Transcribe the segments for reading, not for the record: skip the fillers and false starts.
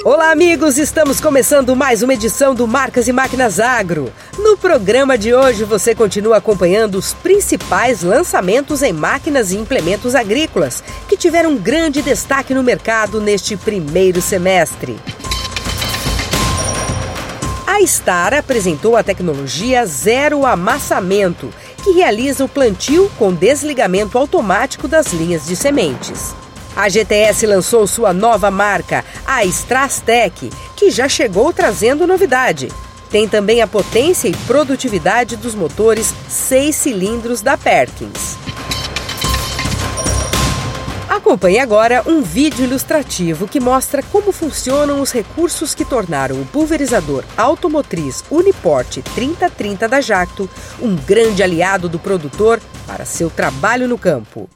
Olá, amigos! Estamos começando mais uma edição do Marcas e Máquinas Agro. No programa de hoje, você continua acompanhando os principais lançamentos em máquinas e implementos agrícolas que tiveram grande destaque no mercado neste primeiro semestre. A Star apresentou a tecnologia Zero Amassamento, que realiza o plantio com desligamento automático das linhas de sementes. A GTS lançou sua nova marca, a Strastec, que já chegou trazendo novidade. Tem também a potência e produtividade dos motores 6 cilindros da Perkins. Acompanhe agora um vídeo ilustrativo que mostra como funcionam os recursos que tornaram o pulverizador automotriz Uniporte 3030 da Jacto um grande aliado do produtor para seu trabalho no campo.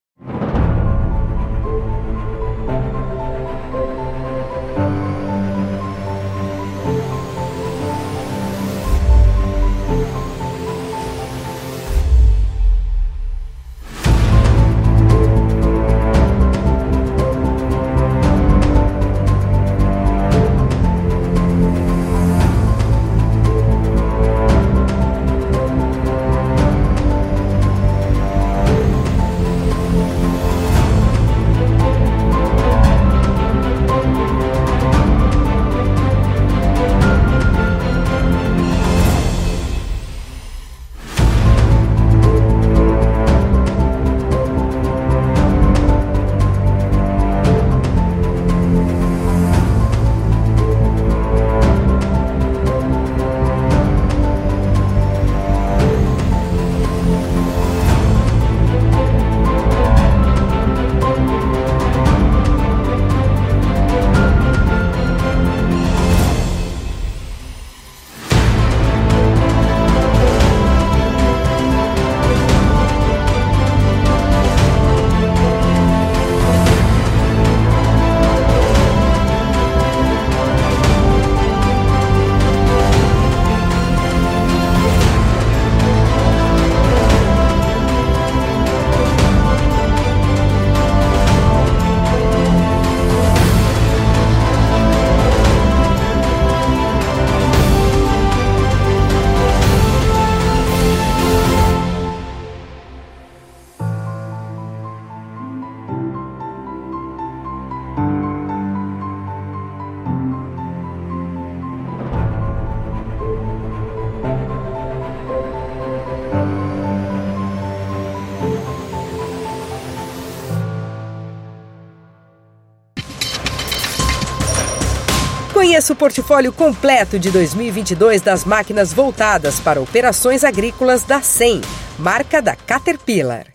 Conheça o portfólio completo de 2022 das máquinas voltadas para operações agrícolas da SEM, marca da Caterpillar.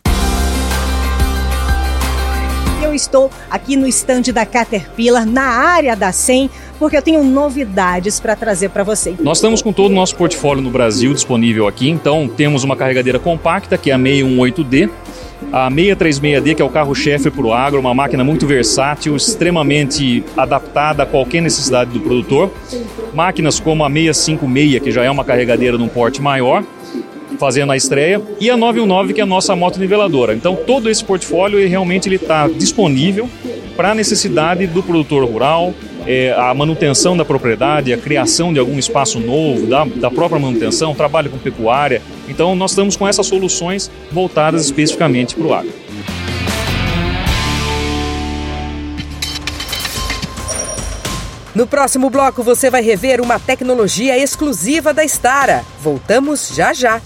Eu estou aqui no estande da Caterpillar, na área da SEM, porque eu tenho novidades para trazer para você. Nós estamos com todo o nosso portfólio no Brasil disponível aqui, então temos uma carregadeira compacta, que é a 618D, a 636D, que é o carro-chefe para o agro, uma máquina muito versátil, extremamente adaptada a qualquer necessidade do produtor. Máquinas como a 656, que já é uma carregadeira num porte maior, fazendo a estreia, e a 919, que é a nossa motoniveladora. Então todo esse portfólio realmente está disponível para a necessidade do produtor rural, a manutenção da propriedade, a criação de algum espaço novo, da própria manutenção, trabalho com pecuária. Então nós estamos com essas soluções voltadas especificamente para o agro. No próximo bloco você vai rever uma tecnologia exclusiva da Stara. Voltamos já já.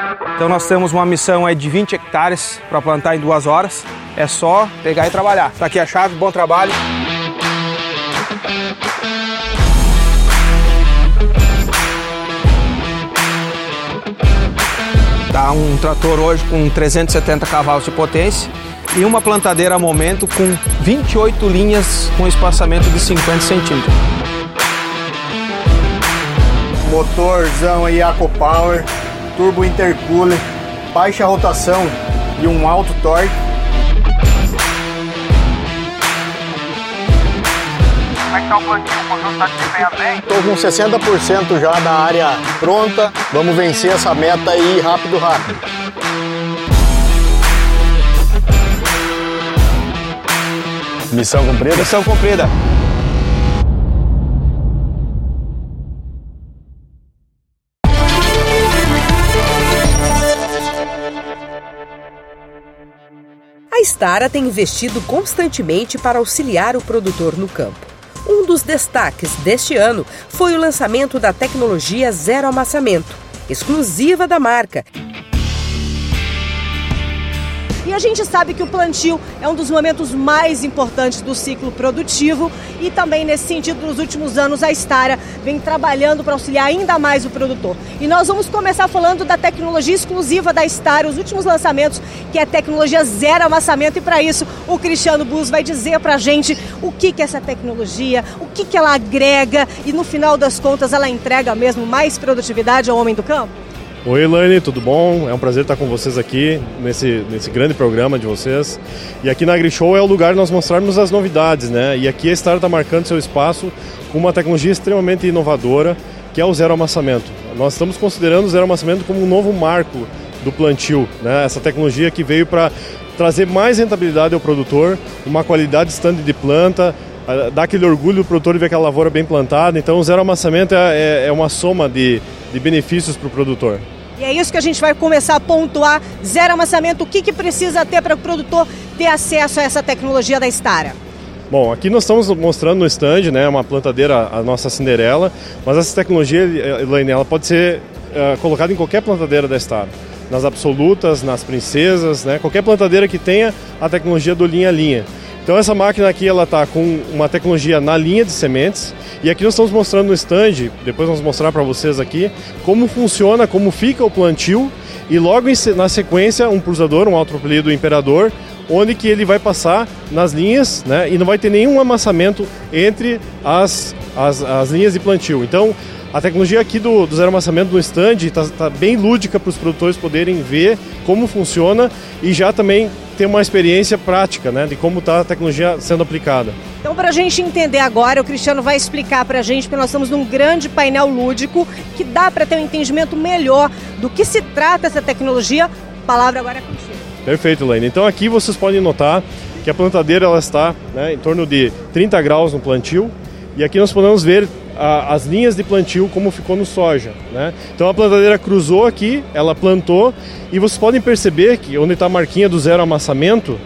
Então nós temos uma missão aí de 20 hectares para plantar em 2 horas. É só pegar e trabalhar. Tá aqui a chave, bom trabalho. Tá um trator hoje com 370 cavalos de potência e uma plantadeira a momento com 28 linhas com espaçamento de 50 centímetros. Motorzão aí AquaPower, turbo intercooler, baixa rotação e um alto torque. Como é que tá o plantio? O conjunto está desempenhando bem? Estou com 60% já da área pronta. Vamos vencer essa meta aí rápido. Missão cumprida? Missão cumprida. A Stara tem investido constantemente para auxiliar o produtor no campo. Um dos destaques deste ano foi o lançamento da tecnologia Zero Amassamento, exclusiva da marca. E a gente sabe que o plantio é um dos momentos mais importantes do ciclo produtivo e também nesse sentido, nos últimos anos, a Stara vem trabalhando para auxiliar ainda mais o produtor. E nós vamos começar falando da tecnologia exclusiva da Stara, os últimos lançamentos, que é a tecnologia Zero Amassamento. E para isso, o Cristiano Bus vai dizer para a gente o que é essa tecnologia, o que ela agrega e, no final das contas, ela entrega mesmo mais produtividade ao homem do campo? Oi, Elaine, tudo bom? É um prazer estar com vocês aqui nesse grande programa de vocês. E aqui na AgriShow é o lugar de nós mostrarmos as novidades, né? E aqui a Stara está marcando seu espaço com uma tecnologia extremamente inovadora, que é o Zero Amassamento. Nós estamos considerando o Zero Amassamento como um novo marco do plantio, né? Essa tecnologia que veio para trazer mais rentabilidade ao produtor, uma qualidade standard de planta, dá aquele orgulho do produtor de ver aquela lavoura bem plantada. Então o Zero Amassamento é uma soma de benefícios para o produtor. E é isso que a gente vai começar a pontuar. Zero Amassamento, o que precisa ter para o produtor ter acesso a essa tecnologia da Stara? Bom, aqui nós estamos mostrando no stand, né, uma plantadeira, a nossa Cinderela, mas essa tecnologia, Elaine, ela pode ser colocada em qualquer plantadeira da Stara. Nas absolutas, nas princesas, né, qualquer plantadeira que tenha a tecnologia do linha a linha. Então essa máquina aqui ela está com uma tecnologia na linha de sementes e aqui nós estamos mostrando no stand, depois vamos mostrar para vocês aqui como funciona, como fica o plantio e logo na sequência um pulsador, um autopropelido Imperador, onde que ele vai passar nas linhas, né, e não vai ter nenhum amassamento entre as linhas de plantio. Então a tecnologia aqui do Zero Amassamento no stand está bem lúdica para os produtores poderem ver como funciona e já também ter uma experiência prática, né, de como está a tecnologia sendo aplicada. Então, para a gente entender agora, o Cristiano vai explicar para a gente, porque nós estamos num grande painel lúdico que dá para ter um entendimento melhor do que se trata essa tecnologia. A palavra agora é contigo. Perfeito, Elaine. Então aqui vocês podem notar que a plantadeira ela está, né, em torno de 30 graus no plantio e aqui nós podemos ver as linhas de plantio como ficou no soja, né? Então a plantadeira cruzou aqui, ela plantou e vocês podem perceber que onde está a marquinha do Zero Amassamento,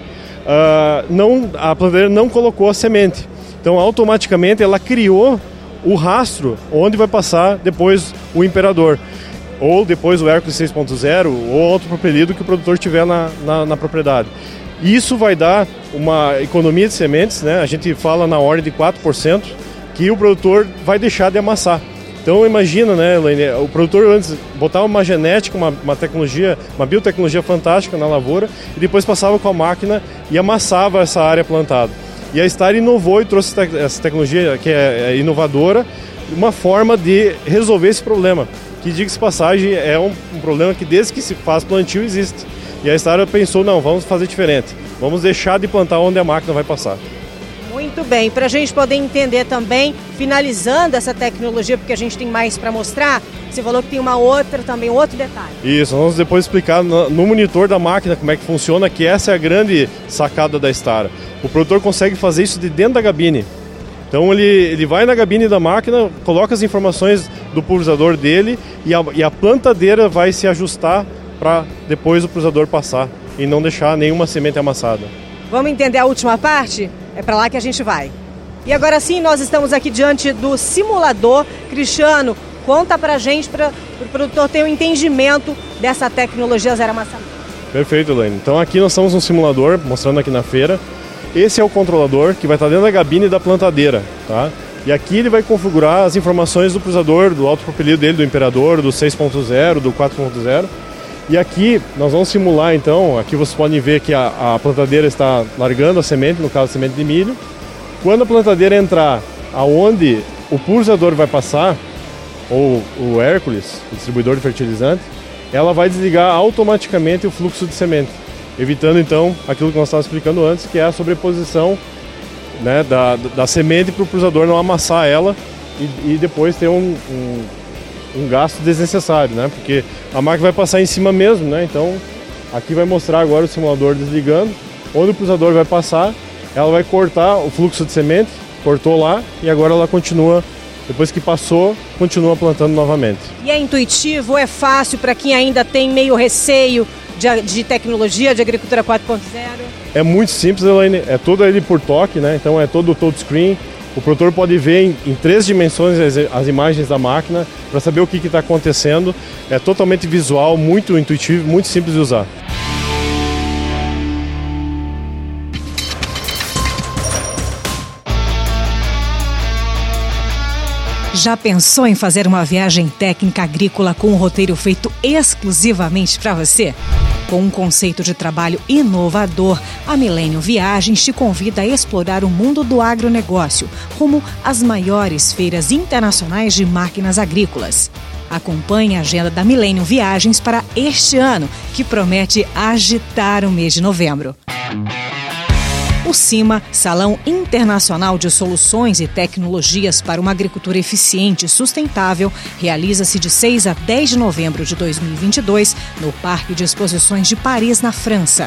a plantadeira não colocou a semente. Então automaticamente ela criou o rastro onde vai passar depois o Imperador ou depois o Hércules 6.0 ou outro propelido que o produtor tiver na propriedade. Isso vai dar uma economia de sementes, né? A gente fala na ordem de 4%, que o produtor vai deixar de amassar. Então imagina, né, Elaine, o produtor antes botava uma genética, uma tecnologia, uma biotecnologia fantástica na lavoura e depois passava com a máquina e amassava essa área plantada. E a Stara inovou e trouxe essa tecnologia que é inovadora, uma forma de resolver esse problema, que, diga-se passagem, é um problema que desde que se faz plantio existe. E a Stara pensou, não, vamos fazer diferente, vamos deixar de plantar onde a máquina vai passar. Muito bem, para a gente poder entender também, finalizando essa tecnologia, porque a gente tem mais para mostrar, você falou que tem outro detalhe. Isso, vamos depois explicar no monitor da máquina como é que funciona, que essa é a grande sacada da Stara. O produtor consegue fazer isso de dentro da gabine. Então ele vai na gabine da máquina, coloca as informações do pulsador dele e a plantadeira vai se ajustar para depois o pulsador passar e não deixar nenhuma semente amassada. Vamos entender a última parte? É para lá que a gente vai. E agora sim, nós estamos aqui diante do simulador. Cristiano, Conta pra gente, para o produtor ter um entendimento dessa tecnologia zero amassamento. Perfeito, Elaine. Então aqui nós estamos no simulador, mostrando aqui na feira. Esse é o controlador que vai estar dentro da gabine da plantadeira, tá? E aqui ele vai configurar as informações do pulsador, do autopropelido dele, do Imperador, do 6.0, do 4.0. E aqui nós vamos simular então, aqui vocês podem ver que a plantadeira está largando a semente, no caso a semente de milho. Quando a plantadeira entrar aonde o pulsador vai passar, ou o Hércules, o distribuidor de fertilizante, ela vai desligar automaticamente o fluxo de semente, evitando então aquilo que nós estávamos explicando antes, que é a sobreposição, né, da semente para o pulsador não amassar ela e depois ter um gasto desnecessário, né, porque a máquina vai passar em cima mesmo, né, então aqui vai mostrar agora o simulador desligando, onde o pulsador vai passar, ela vai cortar o fluxo de semente, cortou lá e agora ela continua. Depois que passou, continua plantando novamente. E é intuitivo, é fácil para quem ainda tem meio receio de tecnologia, de agricultura 4.0? É muito simples, Elaine. É todo ele por toque, né? Então é todo touchscreen. O produtor pode ver em 3 dimensões as imagens da máquina para saber o que está acontecendo. É totalmente visual, muito intuitivo, muito simples de usar. Já pensou em fazer uma viagem técnica agrícola com um roteiro feito exclusivamente para você? Com um conceito de trabalho inovador, a Millennium Viagens te convida a explorar o mundo do agronegócio, rumo às maiores feiras internacionais de máquinas agrícolas. Acompanhe a agenda da Millennium Viagens para este ano, que promete agitar o mês de novembro. O CIMA, Salão Internacional de Soluções e Tecnologias para uma Agricultura Eficiente e Sustentável, realiza-se de 6 a 10 de novembro de 2022 no Parque de Exposições de Paris, na França.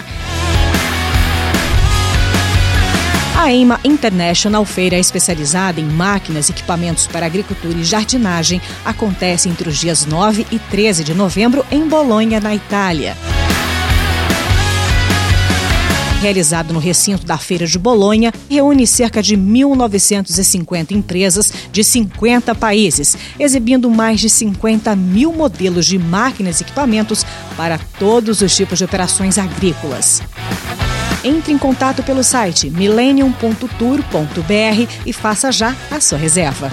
A EIMA International, feira especializada em máquinas e equipamentos para agricultura e jardinagem, acontece entre os dias 9 e 13 de novembro em Bolonha, na Itália. Realizado no recinto da Feira de Bolonha, reúne cerca de 1.950 empresas de 50 países, exibindo mais de 50 mil modelos de máquinas e equipamentos para todos os tipos de operações agrícolas. Entre em contato pelo site millennium.tour.br e faça já a sua reserva.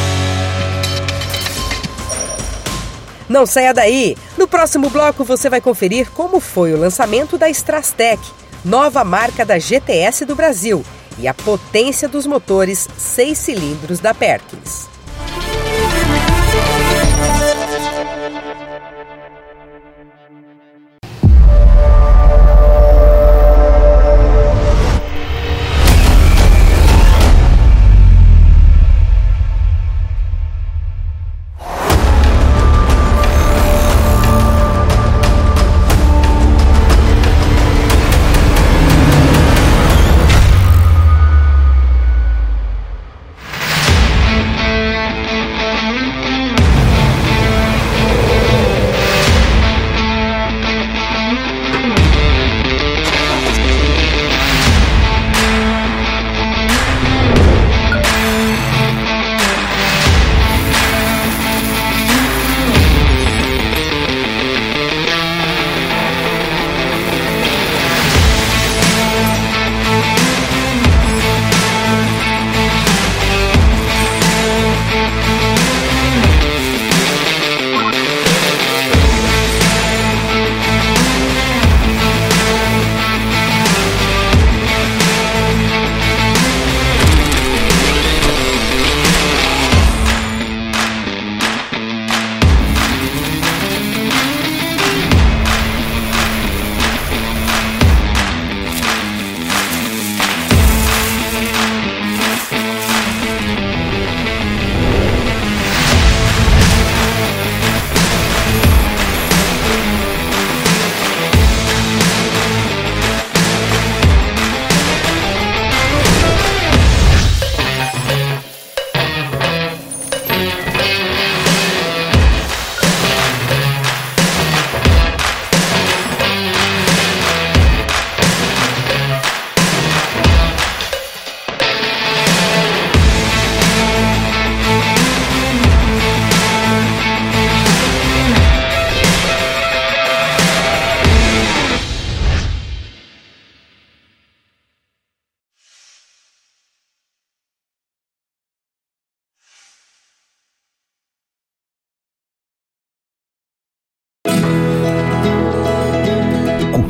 Não saia daí! No próximo bloco você vai conferir como foi o lançamento da Strastec, nova marca da GTS do Brasil, e a potência dos motores 6 cilindros da Perkins.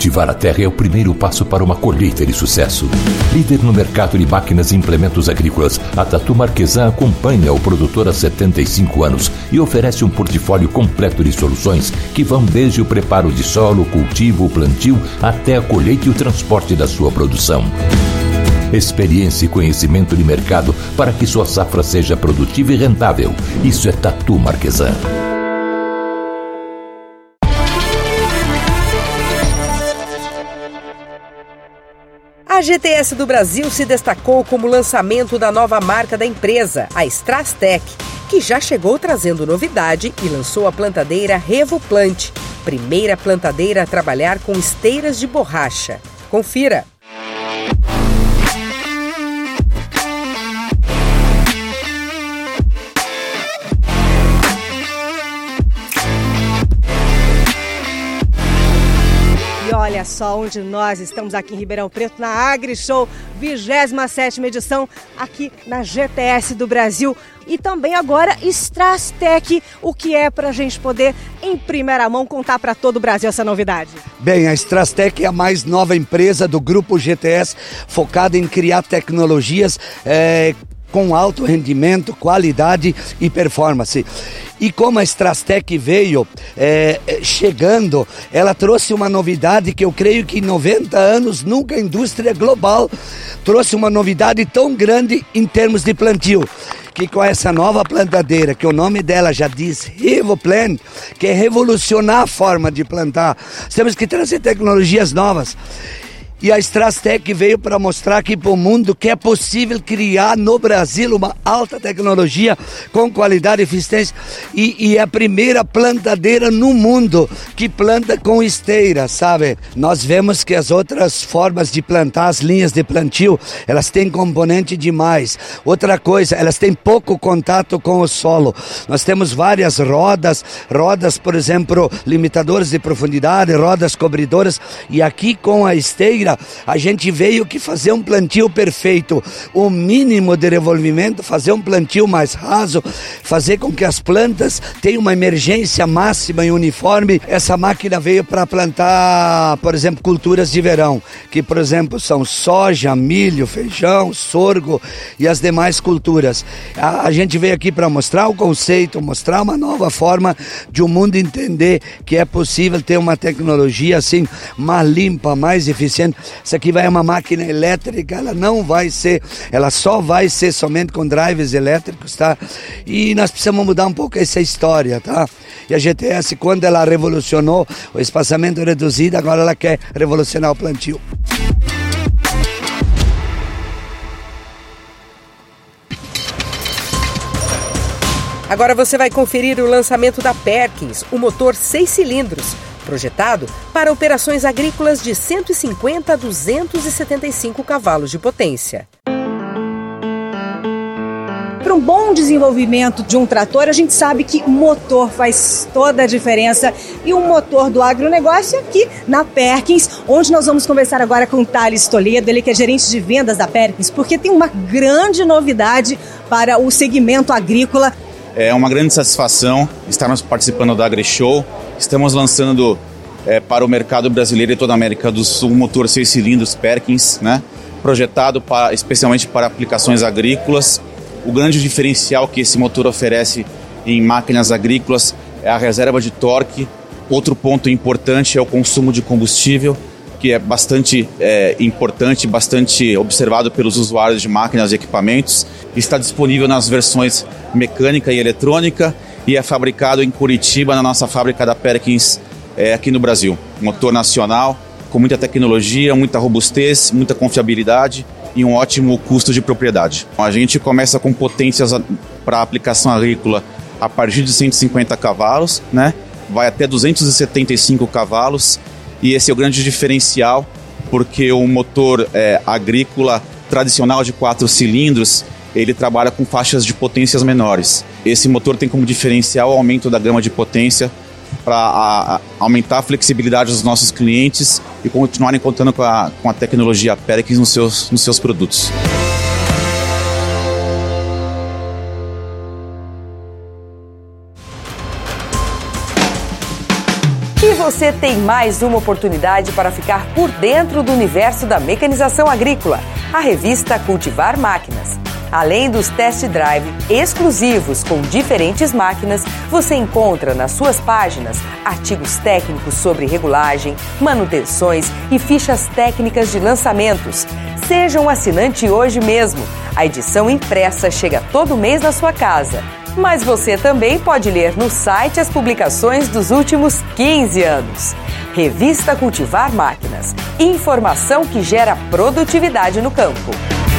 Cultivar a terra é o primeiro passo para uma colheita de sucesso. Líder no mercado de máquinas e implementos agrícolas, a Tatu Marquesan acompanha o produtor há 75 anos e oferece um portfólio completo de soluções que vão desde o preparo de solo, cultivo, plantio, até a colheita e o transporte da sua produção. Experiência e conhecimento de mercado para que sua safra seja produtiva e rentável. Isso é Tatu Marquesan. A GTS do Brasil se destacou como lançamento da nova marca da empresa, a Strastec, que já chegou trazendo novidade e lançou a plantadeira RevoPlant, primeira plantadeira a trabalhar com esteiras de borracha. Confira! E olha só onde nós estamos aqui em Ribeirão Preto, na AgriShow, 27ª edição, aqui na GTS do Brasil. E também agora Strastec, o que é para a gente poder, em primeira mão, contar para todo o Brasil essa novidade? Bem, a Strastec é a mais nova empresa do grupo GTS, focada em criar tecnologias com alto rendimento, qualidade e performance. E como a Strastec veio chegando, ela trouxe uma novidade que eu creio que em 90 anos nunca a indústria global trouxe uma novidade tão grande em termos de plantio. Que com essa nova plantadeira, que o nome dela já diz RevoPlant, que é revolucionar a forma de plantar, temos que trazer tecnologias novas. E a Strastec veio para mostrar aqui para o mundo que é possível criar no Brasil uma alta tecnologia com qualidade e eficiência. E é a primeira plantadeira no mundo que planta com esteira, sabe? Nós vemos que as outras formas de plantar, as linhas de plantio, elas têm componente demais. Outra coisa, elas têm pouco contato com o solo. Nós temos várias rodas, por exemplo, limitadores de profundidade, rodas cobridoras. E aqui com a esteira, a gente veio que fazer um plantio perfeito, o mínimo de revolvimento, fazer um plantio mais raso, fazer com que as plantas tenham uma emergência máxima e uniforme. Essa máquina veio para plantar, por exemplo, culturas de verão, que por exemplo são soja, milho, feijão, sorgo e as demais culturas. A gente veio aqui para mostrar o conceito, mostrar uma nova forma de o mundo entender que é possível ter uma tecnologia assim mais limpa, mais eficiente. Isso aqui vai uma máquina elétrica, ela só vai ser somente com drives elétricos, tá? E nós precisamos mudar um pouco essa história, tá? E a GTS, quando ela revolucionou o espaçamento reduzido, agora ela quer revolucionar o plantio. Agora você vai conferir o lançamento da Perkins, o motor 6 cilindros, projetado para operações agrícolas de 150 a 275 cavalos de potência. Para um bom desenvolvimento de um trator, a gente sabe que motor faz toda a diferença. E o motor do agronegócio aqui na Perkins, onde nós vamos conversar agora com o Thales Toledo, ele que é gerente de vendas da Perkins, porque tem uma grande novidade para o segmento agrícola. É uma grande satisfação estarmos participando da AgriShow. Estamos lançando para o mercado brasileiro e toda a América do Sul um motor 6 cilindros Perkins, né? Projetado especialmente para aplicações agrícolas. O grande diferencial que esse motor oferece em máquinas agrícolas é a reserva de torque. Outro ponto importante é o consumo de combustível, que é bastante importante, bastante observado pelos usuários de máquinas e equipamentos. Está disponível nas versões mecânica e eletrônica e é fabricado em Curitiba, na nossa fábrica da Perkins, aqui no Brasil. Motor nacional, com muita tecnologia, muita robustez, muita confiabilidade e um ótimo custo de propriedade. A gente começa com potências para aplicação agrícola a partir de 150 cavalos, né? Vai até 275 cavalos. E esse é o grande diferencial, porque o motor agrícola tradicional de 4 cilindros, ele trabalha com faixas de potências menores. Esse motor tem como diferencial o aumento da gama de potência para aumentar a flexibilidade dos nossos clientes e continuarem contando com a tecnologia Perkins nos seus produtos. E você tem mais uma oportunidade para ficar por dentro do universo da mecanização agrícola, a revista Cultivar Máquinas. Além dos test drive exclusivos com diferentes máquinas, você encontra nas suas páginas artigos técnicos sobre regulagem, manutenções e fichas técnicas de lançamentos. Seja um assinante hoje mesmo. A edição impressa chega todo mês na sua casa. Mas você também pode ler no site as publicações dos últimos 15 anos. Revista Cultivar Máquinas. Informação que gera produtividade no campo.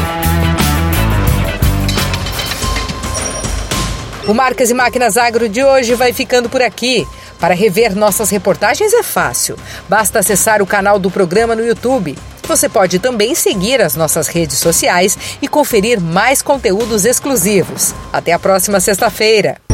O Marcas e Máquinas Agro de hoje vai ficando por aqui. Para rever nossas reportagens é fácil. Basta acessar o canal do programa no YouTube. Você pode também seguir as nossas redes sociais e conferir mais conteúdos exclusivos. Até a próxima sexta-feira.